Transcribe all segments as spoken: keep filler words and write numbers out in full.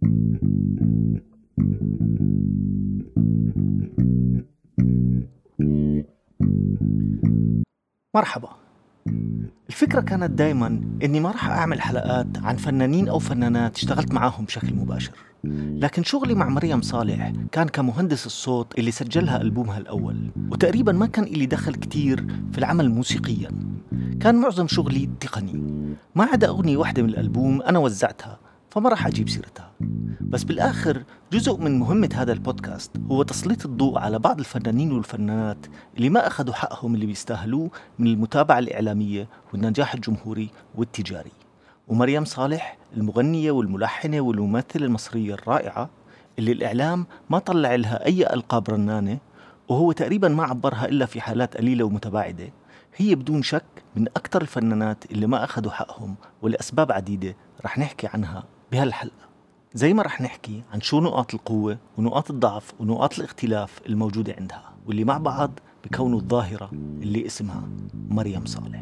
مرحبا. الفكرة كانت دايماً إني ما رح أعمل حلقات عن فنانين أو فنانات اشتغلت معاهم بشكل مباشر، لكن شغلي مع مريم صالح كان كمهندس الصوت اللي سجلها ألبومها الأول، وتقريباً ما كان إلي دخل كتير في العمل موسيقياً. كان معظم شغلي تقني، ما عدا أغنية واحدة من الألبوم أنا وزعتها، فما رح أجيب سيرتها. بس بالآخر جزء من مهمة هذا البودكاست هو تسليط الضوء على بعض الفنانين والفنانات اللي ما أخذوا حقهم اللي بيستاهلوه من المتابعة الإعلامية والنجاح الجمهوري والتجاري. ومريم صالح المغنية والملحنة والممثلة المصرية الرائعة اللي الإعلام ما طلع لها أي ألقاب رنانة، وهو تقريبا ما عبرها إلا في حالات قليلة ومتباعدة، هي بدون شك من أكثر الفنانات اللي ما أخذوا حقهم، ولأسباب عديدة رح نحكي عنها بهالحلقة. زي ما رح نحكي عن شو نقاط القوة ونقاط الضعف ونقاط الاختلاف الموجودة عندها، واللي مع بعض بكونوا الظاهرة اللي اسمها مريم صالح.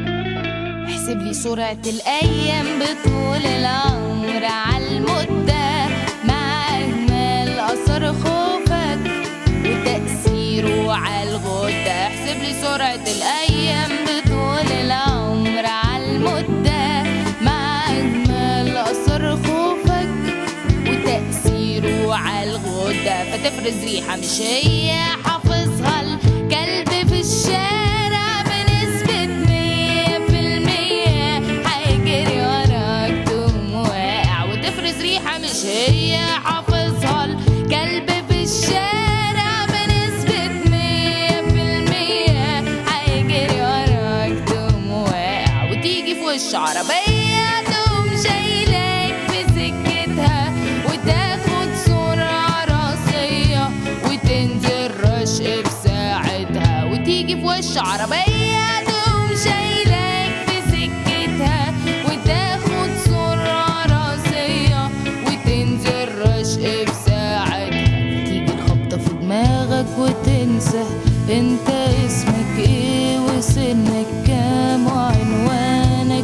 احسب لي سرعة الأيام بطول العمر عالمدة، مع أجمل أثر خوفك وتأثيره عالغدة. احسب لي سرعة الأيام بطول العمر عالمدة، مع أجمل أثر خوفك وتأثيره عالغدة. فتفرز ريحة مش هي حافظها الكلب في الشارع بنسبة مية في المية، هيجري وراك تقوم واقع. وتفرز ريحة مش هي حافظها الكلب في الشارع بنسبة مية في المية، هيجري وراك تقوم واقع. وتيجي في وش عربية تقوم شايلك في سكتها وتاخد سرعة راسية وتنزل رشق في ساعتها. وتيجي في وش عربية تقوم شايلك في سكتها وتاخد سرعة راسية وتنزل رشق في ساعتها. فتيجي الخبطة في دماغك وتنسى انت اسمك ايه وسنك كام وعنوانك،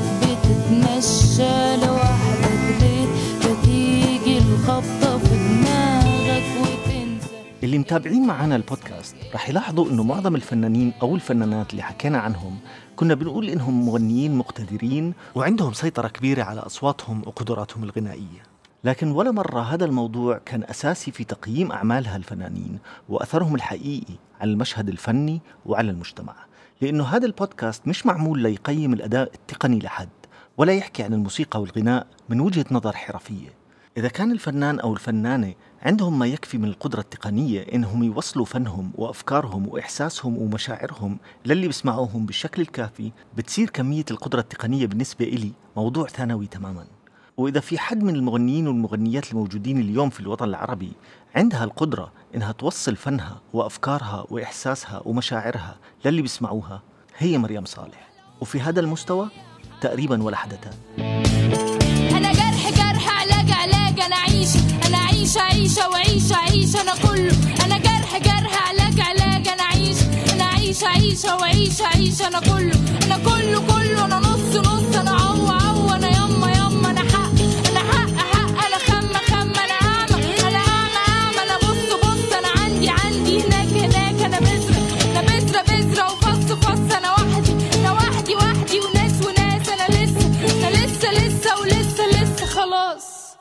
بتتمشى لوحدك ليه؟ فتيجي الخبطة في دماغك وتنسى. اللي متابعين معنا البودكاست رح يلاحظوا إنه معظم الفنانين أو الفنانات اللي حكينا عنهم كنا بنقول إنهم مغنيين مقتدرين وعندهم سيطرة كبيرة على أصواتهم وقدراتهم الغنائية، لكن ولا مرة هذا الموضوع كان أساسي في تقييم أعمال هالفنانين وأثرهم الحقيقي على المشهد الفني وعلى المجتمع. لأنه هذا البودكاست مش معمول ليقيم الأداء التقني لحد، ولا يحكي عن الموسيقى والغناء من وجهة نظر حرفية. إذا كان الفنان أو الفنانة عندهم ما يكفي من القدرة التقنية إنهم يوصلوا فنهم وأفكارهم وإحساسهم ومشاعرهم للي بيسمعوهم بالشكل الكافي، بتصير كمية القدرة التقنية بالنسبة إلي موضوع ثانوي تماماً. وإذا في حد من المغنيين والمغنيات الموجودين اليوم في الوطن العربي عندها القدرة إنها توصل فنها وأفكارها وإحساسها ومشاعرها للي بيسمعوها، هي مريم صالح. وفي هذا المستوى تقريباً ولا حدا تاني. أنا جرح جرح علاج علاج، أنا عيش أنا عيش عيشة وعيشة عيشة أنا كله. أنا جرح جرح علاج علاج، أنا عيش أنا عيش عيشة وعيشة عيشة أنا كله. أنا كله كله، أنا نص نص، أنا عو عو، أنا يما يما، أنا حق أنا حق حق، أنا خم خم، أنا أعمى أنا أعمى أعمى، أنا بص بص، أنا عندي عندي هناك هناك، أنا بذرة أنا بذرة بذرة وفص فص، أنا وحدي أنا وحدي وحدي وناس وناس، أنا لسه أنا لسه لسه ولسه لسه خلاص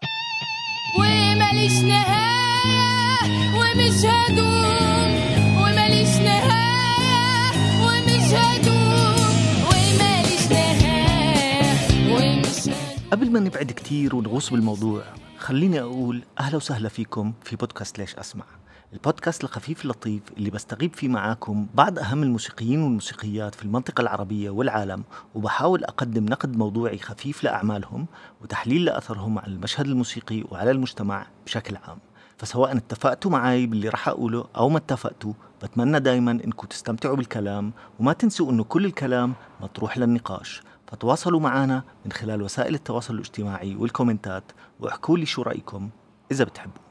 وماليش نهاية ومش هدوم، وماليش نهاية ومش هدوم، وماليش نهاية ومش هدوم. قبل ما نبعد كتير ونغوص بالموضوع، خليني أقول أهلا وسهلا فيكم في بودكاست ليش أسمع، البودكاست الخفيف اللطيف اللي بستغيب فيه معاكم بعض أهم الموسيقيين والموسيقيات في المنطقة العربية والعالم، وبحاول أقدم نقد موضوعي خفيف لأعمالهم وتحليل لأثرهم على المشهد الموسيقي وعلى المجتمع بشكل عام. فسواء اتفقتوا معاي باللي رح أقوله أو ما اتفقتوا، بتمنى دايما إنكم تستمتعوا بالكلام، وما تنسوا إنه كل الكلام مطروح للنقاش. فتواصلوا معنا من خلال وسائل التواصل الاجتماعي والكومنتات، واحكوا لي شو رأيكم إذا بتحبوا.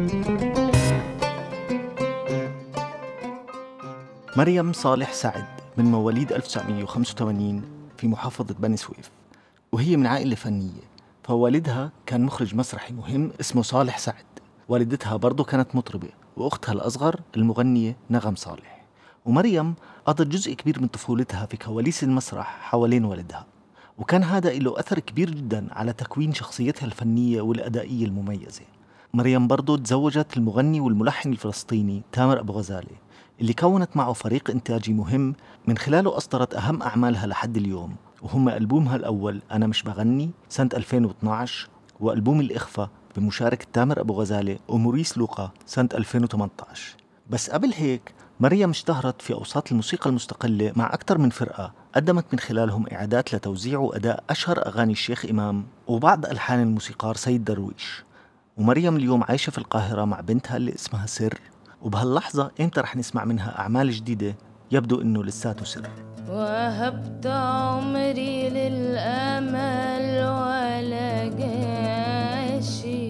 مريم صالح سعد من مواليد ألف وتسعمية وخمسة وثمانين في محافظة بني سويف، وهي من عائلة فنية. فوالدها كان مخرج مسرحي مهم اسمه صالح سعد، والدتها برضو كانت مطربة، وأختها الأصغر المغنية نغم صالح. ومريم قضت جزء كبير من طفولتها في كواليس المسرح حوالين والدها، وكان هذا له أثر كبير جدا على تكوين شخصيتها الفنية والأدائية المميزة. مريم برضو تزوجت المغني والملحن الفلسطيني تامر أبو غزالة، اللي كونت معه فريق إنتاجي مهم من خلاله أصدرت أهم أعمالها لحد اليوم، وهم ألبومها الأول أنا مش بغني سنة ألفين واثناشر، وألبوم الإخفاء بمشاركة تامر أبو غزالة وموريس لوقا سنة ألفين وثمانية عشر. بس قبل هيك مريم اشتهرت في أوساط الموسيقى المستقلة مع أكثر من فرقة قدمت من خلالهم إعادات لتوزيع وأداء أشهر أغاني الشيخ إمام وبعض ألحان الموسيقار سيد درويش. ومريم اليوم عايشة في القاهرة مع بنتها اللي اسمها سر، وبهاللحظة إمتى رح نسمع منها أعمال جديدة يبدو إنه لساته سر. وهبت عمري للأمل ولا جاشي،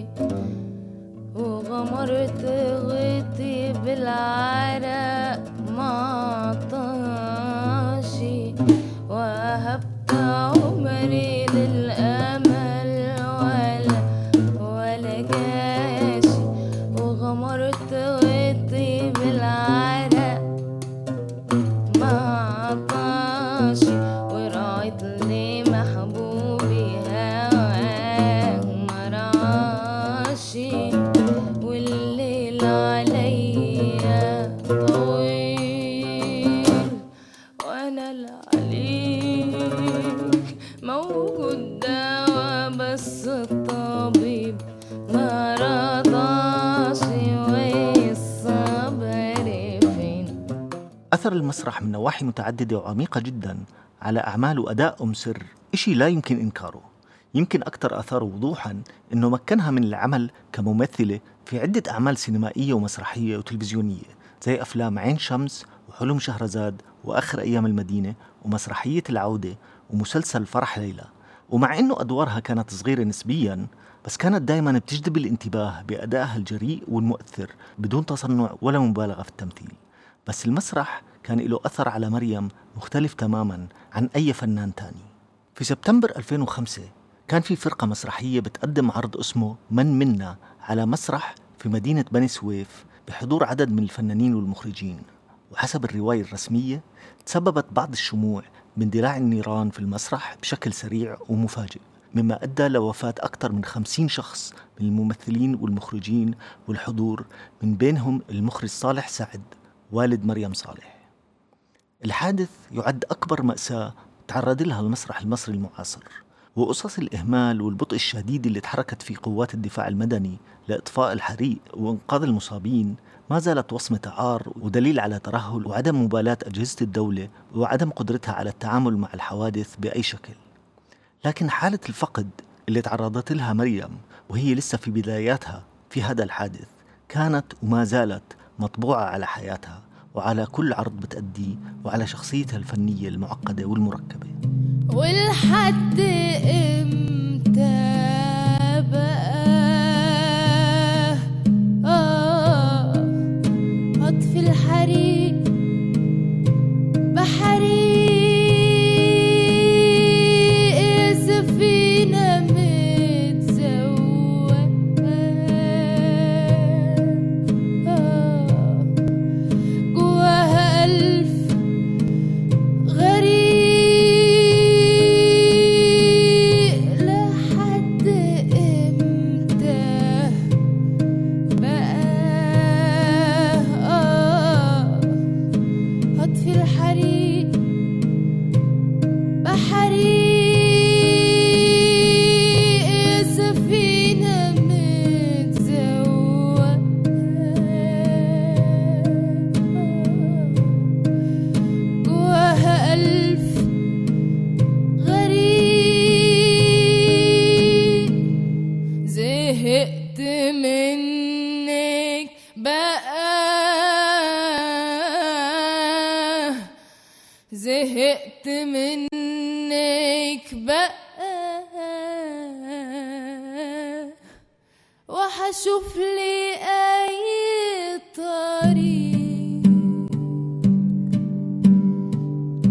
وغمرت غيتي بالعرق معطاشي. وهبت عمري للأمل ولا ولا جاشي، وغمرت غيتي بالعرق معطاشي. ورعيت لي محبوبي هواه مراشي، والليل عليا طويل وانا العليك موجود دوا، بس الطبيب ما رضاش والصبر فين. أثر المسرح من نواحي متعددة وعميقة جدا على أعمال وأداء أم سر إشي لا يمكن إنكاره. يمكن أكثر أثار وضوحا أنه مكنها من العمل كممثلة في عدة أعمال سينمائية ومسرحية وتلفزيونية زي أفلام عين شمس وحلم شهرزاد وآخر أيام المدينة ومسرحية العودة ومسلسل فرح ليلى. ومع أنه أدوارها كانت صغيرة نسبيا، بس كانت دائما بتجذب الانتباه بأدائها الجريء والمؤثر بدون تصنع ولا مبالغة في التمثيل. بس المسرح كان له أثر على مريم مختلف تماما عن أي فنان تاني. في سبتمبر ألفين وخمسة كان في فرقة مسرحية بتقدم عرض اسمه من منا على مسرح في مدينة بني سويف بحضور عدد من الفنانين والمخرجين. وحسب الرواية الرسمية تسببت بعض الشموع باندلاع النيران في المسرح بشكل سريع ومفاجئ، مما أدى لوفاة أكثر من خمسين شخص من الممثلين والمخرجين والحضور، من بينهم المخرج صالح سعد والد مريم صالح. الحادث يعد أكبر مأساة تعرض لها المسرح المصري المعاصر، وقصص الإهمال والبطء الشديد اللي تحركت فيه قوات الدفاع المدني لإطفاء الحريق وإنقاذ المصابين ما زالت وصمة عار ودليل على ترهل وعدم مبالاة أجهزة الدولة وعدم قدرتها على التعامل مع الحوادث بأي شكل. لكن حالة الفقد اللي تعرضت لها مريم وهي لسه في بداياتها في هذا الحادث كانت وما زالت مطبوعة على حياتها وعلى كل عرض بتأديه وعلى شخصيتها الفنية المعقدة والمركبة. والحد امتى بقى آه أطفي الحريق بحريق سفينة متزوقة آه جواها ألف غريب لحد امتى بقى آه هطفي الحريق بحريق سفينة متزوقة جواها ألف غريب. زهقت منك بقى زهقت منك بقى وحشوف لي أي طريق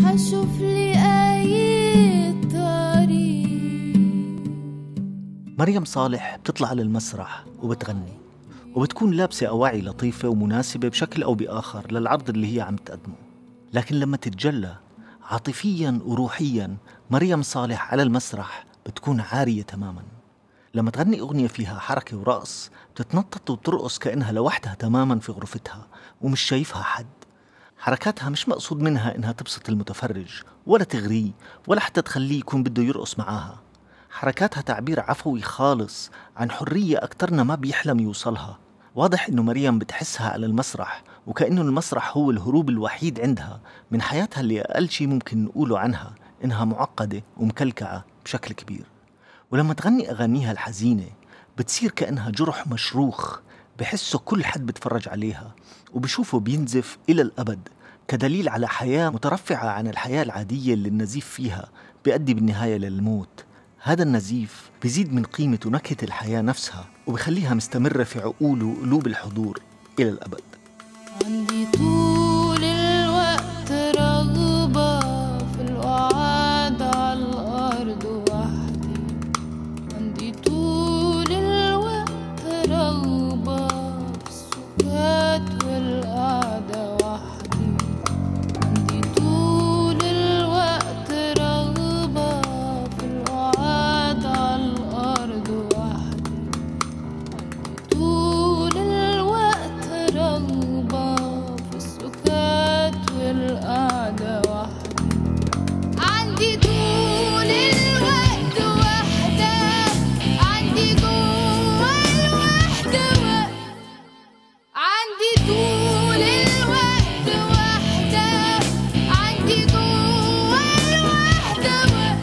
حشوف لي أي طريق. مريم صالح بتطلع على المسرح وبتغني، وبتكون لابسة أواعي لطيفة ومناسبة بشكل أو بآخر للعرض اللي هي عم تقدمه. لكن لما تتجلى عاطفياً وروحياً، مريم صالح على المسرح بتكون عارية تماماً. لما تغني أغنية فيها حركة ورقص بتتنطط وبترقص كأنها لوحدها تماماً في غرفتها ومش شايفها حد. حركاتها مش مقصود منها إنها تبسط المتفرج ولا تغريه ولا حتى تخليه يكون بده يرقص معاها. حركاتها تعبير عفوي خالص عن حرية أكترنا ما بيحلم يوصلها. واضح إنه مريم بتحسها على المسرح وكأنه المسرح هو الهروب الوحيد عندها من حياتها اللي أقل شيء ممكن نقوله عنها إنها معقدة ومكلكعة بشكل كبير. ولما تغني أغانيها الحزينة بتصير كأنها جرح مشروخ بحسه كل حد بتفرج عليها وبشوفه بينزف إلى الأبد، كدليل على حياة مترفعة عن الحياة العادية اللي النزيف فيها بيؤدي بالنهاية للموت. هذا النزيف بيزيد من قيمة ونكهة الحياة نفسها وبيخليها مستمرة في عقول وقلوب الحضور إلى الأبد. عندي طول الوقت رغبة في القعاد على الأرض وحدي. عندي طول الوقت رغبة في السكات والقعدة وحدي. عندي طول الوقت رغبة في القعاد على الأرض وحدي. عندي طول الوقت رغبة في السكات والقعدة وحدي. عندي طول الوقت وحدة. عندي جوا الوحدة وقت. عندي طول الوقت وحدة. عندي جوا الوحدة وقت.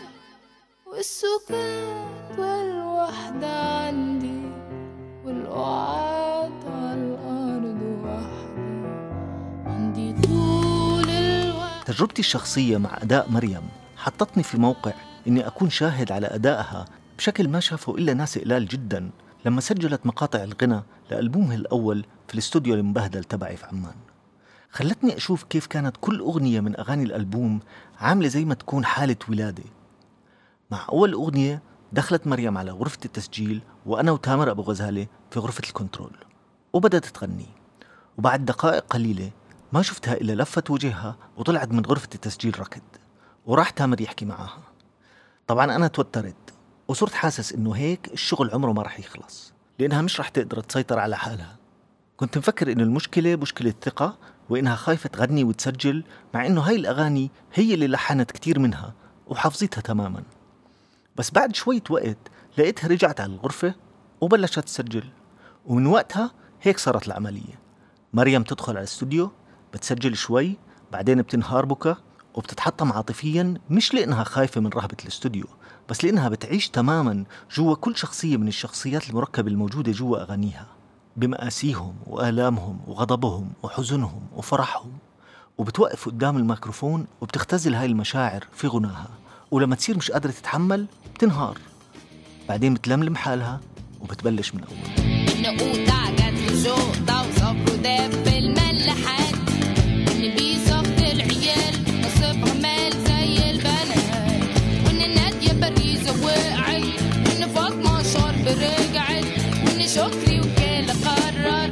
والسكات والوحدة عندي والقعاد على الأرض وحدي. عندي طول الوقت. تجربتي الشخصية مع أداء مريم حطتني في موقع إني أكون شاهد على أدائها بشكل ما شافه إلا ناس قلال جدا لما سجلت مقاطع الغنى لألبومها الأول في الاستوديو المبهدل تبعي في عمان. خلتني أشوف كيف كانت كل أغنية من أغاني الألبوم عاملة زي ما تكون حالة ولادة. مع أول أغنية دخلت مريم على غرفة التسجيل وأنا وتامر أبو غزالة في غرفة الكنترول وبدأت تغني، وبعد دقائق قليلة ما شفتها إلا لفت وجهها وطلعت من غرفة التسجيل ركض، وراح تامر يحكي معاها. طبعا أنا توترت وصرت حاسس إنه هيك الشغل عمره ما رح يخلص لأنها مش رح تقدر تسيطر على حالها. كنت مفكر إنه المشكلة مشكلة ثقة وإنها خايفة تغني وتسجل، مع إنه هاي الأغاني هي اللي لحنت كتير منها وحافظتها تماما. بس بعد شوية وقت لقيتها رجعت على الغرفة وبلشت تسجل، ومن وقتها هيك صارت العملية. مريم تدخل على الاستوديو بتسجل شوي، بعدين بتنهار بكى وبتتحطم عاطفيا، مش لأنها خايفة من رهبة الاستوديو، بس لأنها بتعيش تماما جوا كل شخصية من الشخصيات المركبة الموجودة جوا أغانيها، بمآسيهم وآلامهم وغضبهم وحزنهم وفرحهم، وبتوقف قدام الميكروفون وبتختزل هاي المشاعر في غناها. ولما تصير مش قادرة تتحمل بتنهار، بعدين بتلملم حالها وبتبلش من أول. نقوطع جات الجوطة وصبر وداب في الملحات. والنبي صفت العيال نصبها مال زي البنات. وإن نادية باريزة وقعت. وإن فاطمة شرب رجعت. وإن شكري وكالة قرر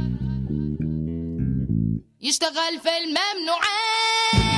يشتغل في الممنوعات.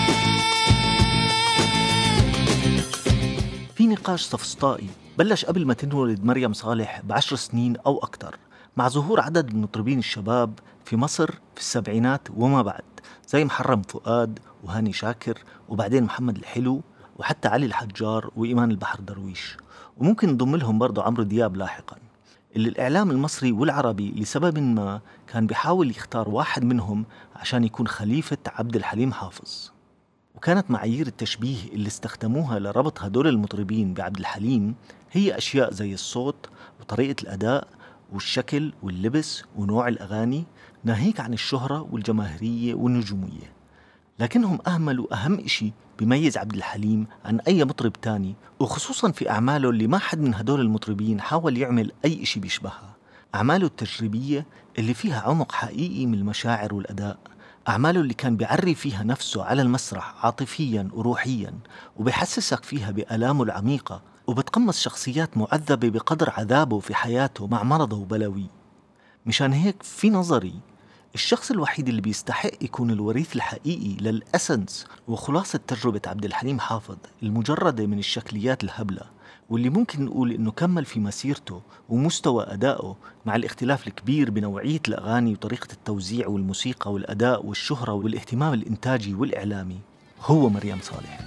في نقاش صفصطائي بلش قبل ما تنولد مريم صالح بعشر سنين أو أكثر، مع ظهور عدد من المطربين الشباب في مصر في السبعينات وما بعد، زي محرم فؤاد وهاني شاكر وبعدين محمد الحلو وحتى علي الحجار وإيمان البحر درويش، وممكن نضم لهم برضو عمرو دياب لاحقا، اللي الإعلام المصري والعربي لسبب ما كان بيحاول يختار واحد منهم عشان يكون خليفة عبد الحليم حافظ. وكانت معايير التشبيه اللي استخدموها لربط هدول المطربين بعبد الحليم هي أشياء زي الصوت وطريقة الأداء والشكل واللبس ونوع الأغاني، ناهيك عن الشهرة والجماهيرية والنجومية. لكنهم أهملوا أهم إشي بيميز عبد الحليم عن أي مطرب تاني، وخصوصا في أعماله اللي ما حد من هدول المطربين حاول يعمل أي إشي بيشبهها. أعماله التجريبية اللي فيها عمق حقيقي من المشاعر والأداء، أعماله اللي كان بيعري فيها نفسه على المسرح عاطفياً وروحياً، وبيحسسك فيها بآلامه العميقة، وبتقمص شخصيات معذبة بقدر عذابه في حياته مع مرضه وبلاويه. مشان هيك في نظري الشخص الوحيد اللي بيستحق يكون الوريث الحقيقي للأسنس وخلاصة تجربة عبد الحليم حافظ المجردة من الشكليات الهبلة، واللي ممكن نقول إنه كمل في مسيرته ومستوى أدائه مع الاختلاف الكبير بنوعية الأغاني وطريقة التوزيع والموسيقى والأداء والشهرة والاهتمام الإنتاجي والإعلامي، هو مريم صالح.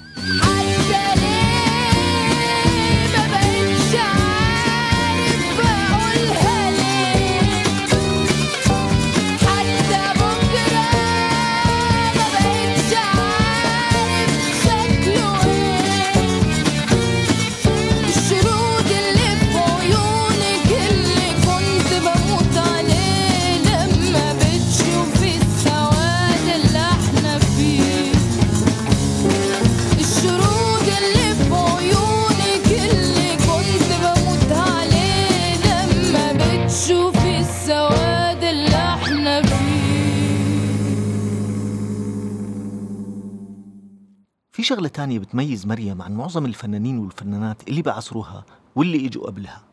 في شغلة تانية بتميز مريم عن معظم الفنانين والفنانات اللي بعصروها واللي اجوا قبلها،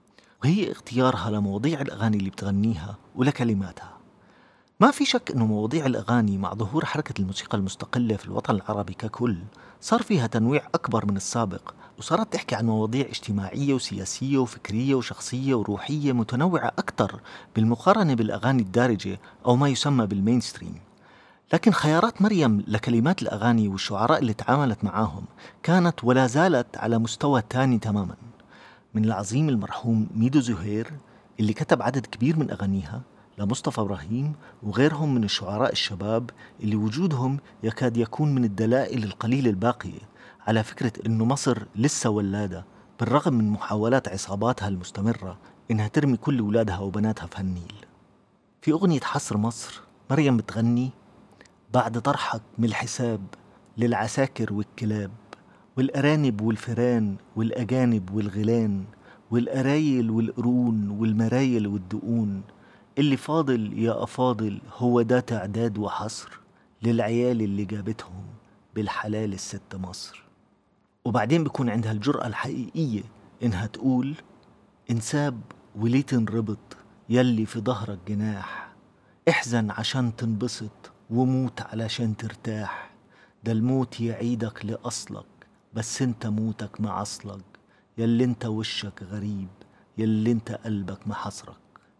وهي اختيارها لمواضيع الأغاني اللي بتغنيها ولكلماتها. ما في شك أنه مواضيع الأغاني مع ظهور حركة الموسيقى المستقلة في الوطن العربي ككل صار فيها تنويع أكبر من السابق، وصارت تحكي عن مواضيع اجتماعية وسياسية وفكرية وشخصية وروحية متنوعة أكثر بالمقارنة بالأغاني الدارجة أو ما يسمى بالمينستريم. لكن خيارات مريم لكلمات الأغاني والشعراء اللي تعاملت معاهم كانت ولا زالت على مستوى تاني تماما، من العظيم المرحوم ميدو زهير اللي كتب عدد كبير من أغانيها لمصطفى إبراهيم وغيرهم من الشعراء الشباب اللي وجودهم يكاد يكون من الدلائل القليلة الباقية على فكرة إنه مصر لسه ولادة بالرغم من محاولات عصاباتها المستمرة إنها ترمي كل أولادها وبناتها في هالنيل. في أغنية حصر مصر مريم بتغني: بعد طرحك من الحساب للعساكر والكلاب والأرانب والفيران والأجانب والغلان والأرايل والقرون والمرايل والدقون، اللي فاضل يا أفاضل هو ده تعداد وحصر للعيال اللي جابتهم بالحلال الست مصر. وبعدين بيكون عندها الجرأة الحقيقية إنها تقول: انساب وليه تنربط يلي في ظهرك جناح، احزن عشان تنبسط وموت علشان ترتاح، ده الموت يعيدك لأصلك بس انت موتك معصلك، يلي انت وشك غريب يلي انت قلبك محصرك.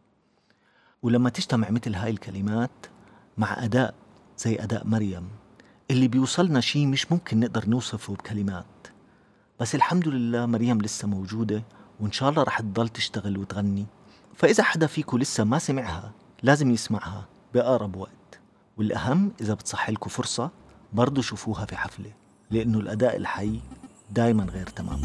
ولما تجتمع مثل هاي الكلمات مع أداء زي أداء مريم اللي بيوصلنا شيء مش ممكن نقدر نوصفه بكلمات، بس الحمد لله مريم لسه موجودة وإن شاء الله رح تضل تشتغل وتغني. فإذا حدا فيكو لسه ما سمعها لازم يسمعها بأقرب وقت، والأهم إذا بتصح لكم فرصة برضو شوفوها في حفلة، لأنه الأداء الحي دايما غير تمام.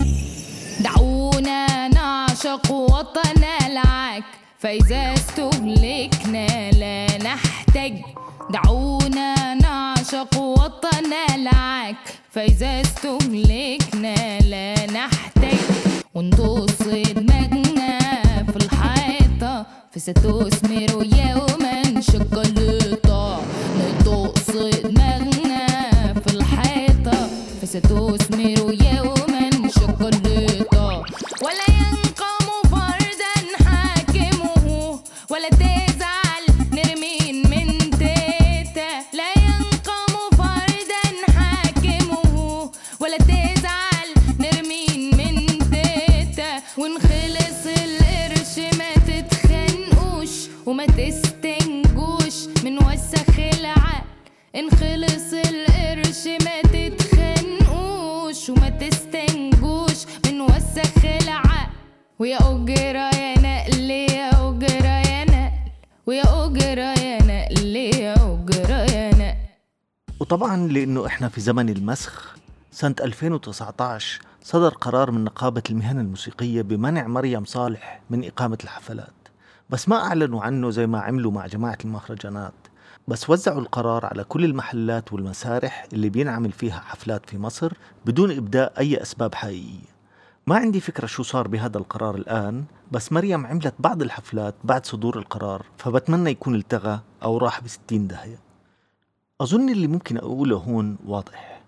دعونا نعشق وطن العك، فإذا استهلكنا لا نحتاج. دعونا نعشق وطن العك، فإذا استهلكنا لا نحتاج. ونطص دماغنا في الحيطة فستثمر يوما شوكولاتة. نطص دماغنا في الحيطة فستثمر يوما شوكولاتة. ولا ينقم فردا حاكمه ولا تزعل نرمين من تيتا. لا ينقم فردا حاكمه ولا تزعل نرمين من تيتا. ونخلص القرش ما تتخنقوش وما تستنجوش من وسخ العقل. انخلص القرش ما تتخنقوش وما تستنجوش من وسخ العقل. ويا أجرة يا نقل يا أجرة يا نقل ويا أجرة يا نقل يا أجرة يا نقل. وطبعا لأنه إحنا في زمن المسخ، سنة ألفين وتسعة عشر صدر قرار من نقابة المهن الموسيقية بمنع مريم صالح من إقامة الحفلات، بس ما أعلنوا عنه زي ما عملوا مع جماعة المهرجانات، بس وزعوا القرار على كل المحلات والمسارح اللي بينعمل فيها حفلات في مصر بدون إبداء أي أسباب حقيقية. ما عندي فكرة شو صار بهذا القرار الآن، بس مريم عملت بعض الحفلات بعد صدور القرار، فبتمنى يكون التغى أو راح بستين داهية. أظن اللي ممكن أقوله هون واضح.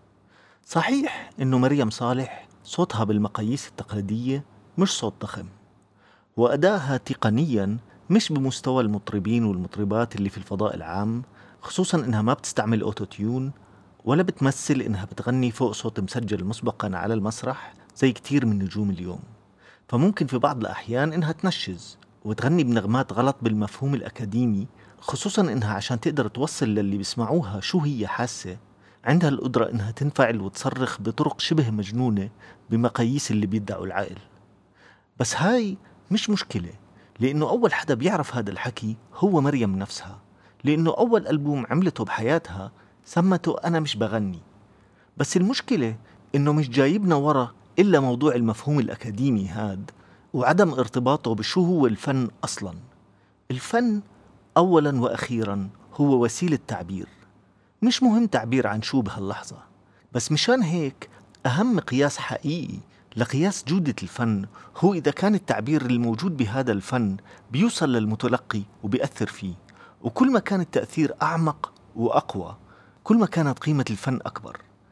صحيح إنه مريم صالح صوتها بالمقاييس التقليدية مش صوت ضخم، وأدائها تقنياً مش بمستوى المطربين والمطربات اللي في الفضاء العام، خصوصاً إنها ما بتستعمل أوتوتيون ولا بتمثل إنها بتغني فوق صوت مسجل مسبقاً على المسرح زي كتير من نجوم اليوم. فممكن في بعض الأحيان إنها تنشز وتغني بنغمات غلط بالمفهوم الأكاديمي، خصوصاً إنها عشان تقدر توصل للي بيسمعوها شو هي حاسة عندها القدرة إنها تنفعل وتصرخ بطرق شبه مجنونة بمقاييس اللي بيدعوا العقل. بس هاي مش مشكلة، لأنه أول حدا بيعرف هذا الحكي هو مريم نفسها، لأنه أول ألبوم عملته بحياتها سمته أنا مش بغني. بس المشكلة إنه مش جايبنا ورا إلا موضوع المفهوم الأكاديمي هاد وعدم ارتباطه بشو هو الفن أصلاً. الفن أولاً وأخيراً هو وسيلة تعبير، مش مهم تعبير عن شو بهاللحظة. بس مشان هيك أهم قياس حقيقي لقياس جودة الفن هو إذا كان التعبير الموجود بهذا الفن بيوصل للمتلقي وبيأثر فيه، وكل ما كان التأثير أعمق وأقوى كل ما كانت قيمة الفن أكبر.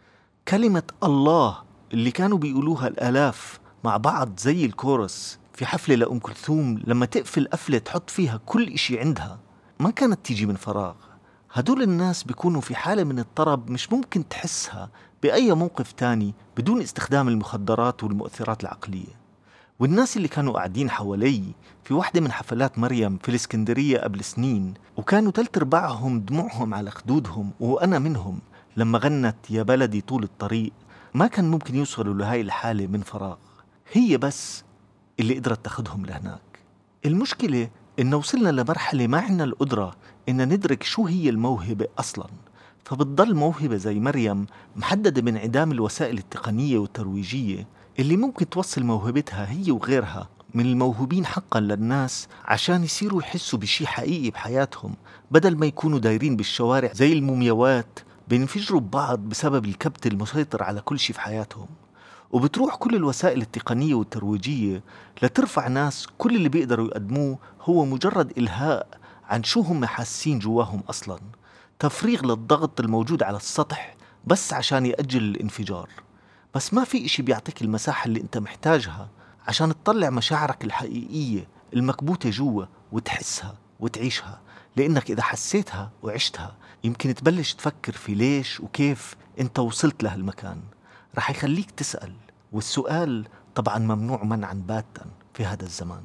كلمة الله اللي كانوا بيقولوها الآلاف مع بعض زي الكورس في حفلة لأم كلثوم لما تقفل قفلة تحط فيها كل إشي عندها ما كانت تيجي من فراغ. هدول الناس بيكونوا في حالة من الطرب مش ممكن تحسها بأي موقف تاني بدون استخدام المخدرات والمؤثرات العقلية. والناس اللي كانوا قاعدين حوالي في واحدة من حفلات مريم في الإسكندرية قبل سنين وكانوا تلت ارباعهم دموعهم على خدودهم وأنا منهم لما غنت يا بلدي طول الطريق، ما كان ممكن يوصلوا لهاي الحالة من فراغ، هي بس اللي قدرت تاخدهم لهناك. المشكلة إنه وصلنا لمرحلة ما عنا القدرة إن ندرك شو هي الموهبة أصلاً، فبتضل موهبة زي مريم محددة بانعدام الوسائل التقنية والترويجية اللي ممكن توصل موهبتها هي وغيرها من الموهوبين حقاً للناس عشان يصيروا يحسوا بشي حقيقي بحياتهم، بدل ما يكونوا دايرين بالشوارع زي المومياوات بينفجروا ببعض بسبب الكبت المسيطر على كل شي في حياتهم. وبتروح كل الوسائل التقنية والترويجية لترفع ناس كل اللي بيقدروا يقدموه هو مجرد إلهاء عن شو هم حاسين جواهم أصلاً، تفريغ للضغط الموجود على السطح بس عشان يأجل الانفجار. بس ما في إشي بيعطيك المساحة اللي انت محتاجها عشان تطلع مشاعرك الحقيقية المكبوتة جوا وتحسها وتعيشها، لأنك إذا حسيتها وعشتها يمكن تبلش تفكر في ليش وكيف انت وصلت لهالمكان. رح يخليك تسأل، والسؤال طبعا ممنوع منعا باتا في هذا الزمان.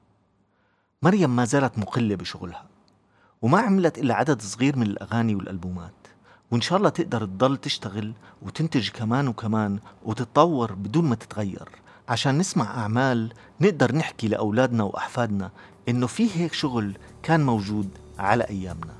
مريم ما زالت مقلة بشغلها وما عملت إلا عدد صغير من الأغاني والألبومات، وإن شاء الله تقدر تضل تشتغل وتنتج كمان وكمان وتتطور بدون ما تتغير، عشان نسمع أعمال نقدر نحكي لأولادنا وأحفادنا إنه في هيك شغل كان موجود على أيامنا.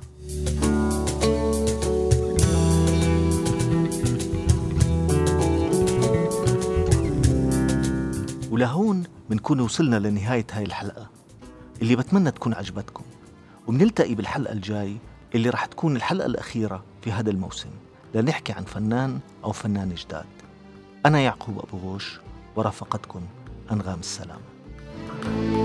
ولهون منكون وصلنا لنهاية هاي الحلقة اللي بتمنى تكون عجبتكم، وبنلتقي بالحلقة الجاي اللي رح تكون الحلقة الأخيرة في هذا الموسم لنحكي عن فنان أو فنان جداد. أنا يعقوب أبو غوش ورافقتكم أنغام السلام.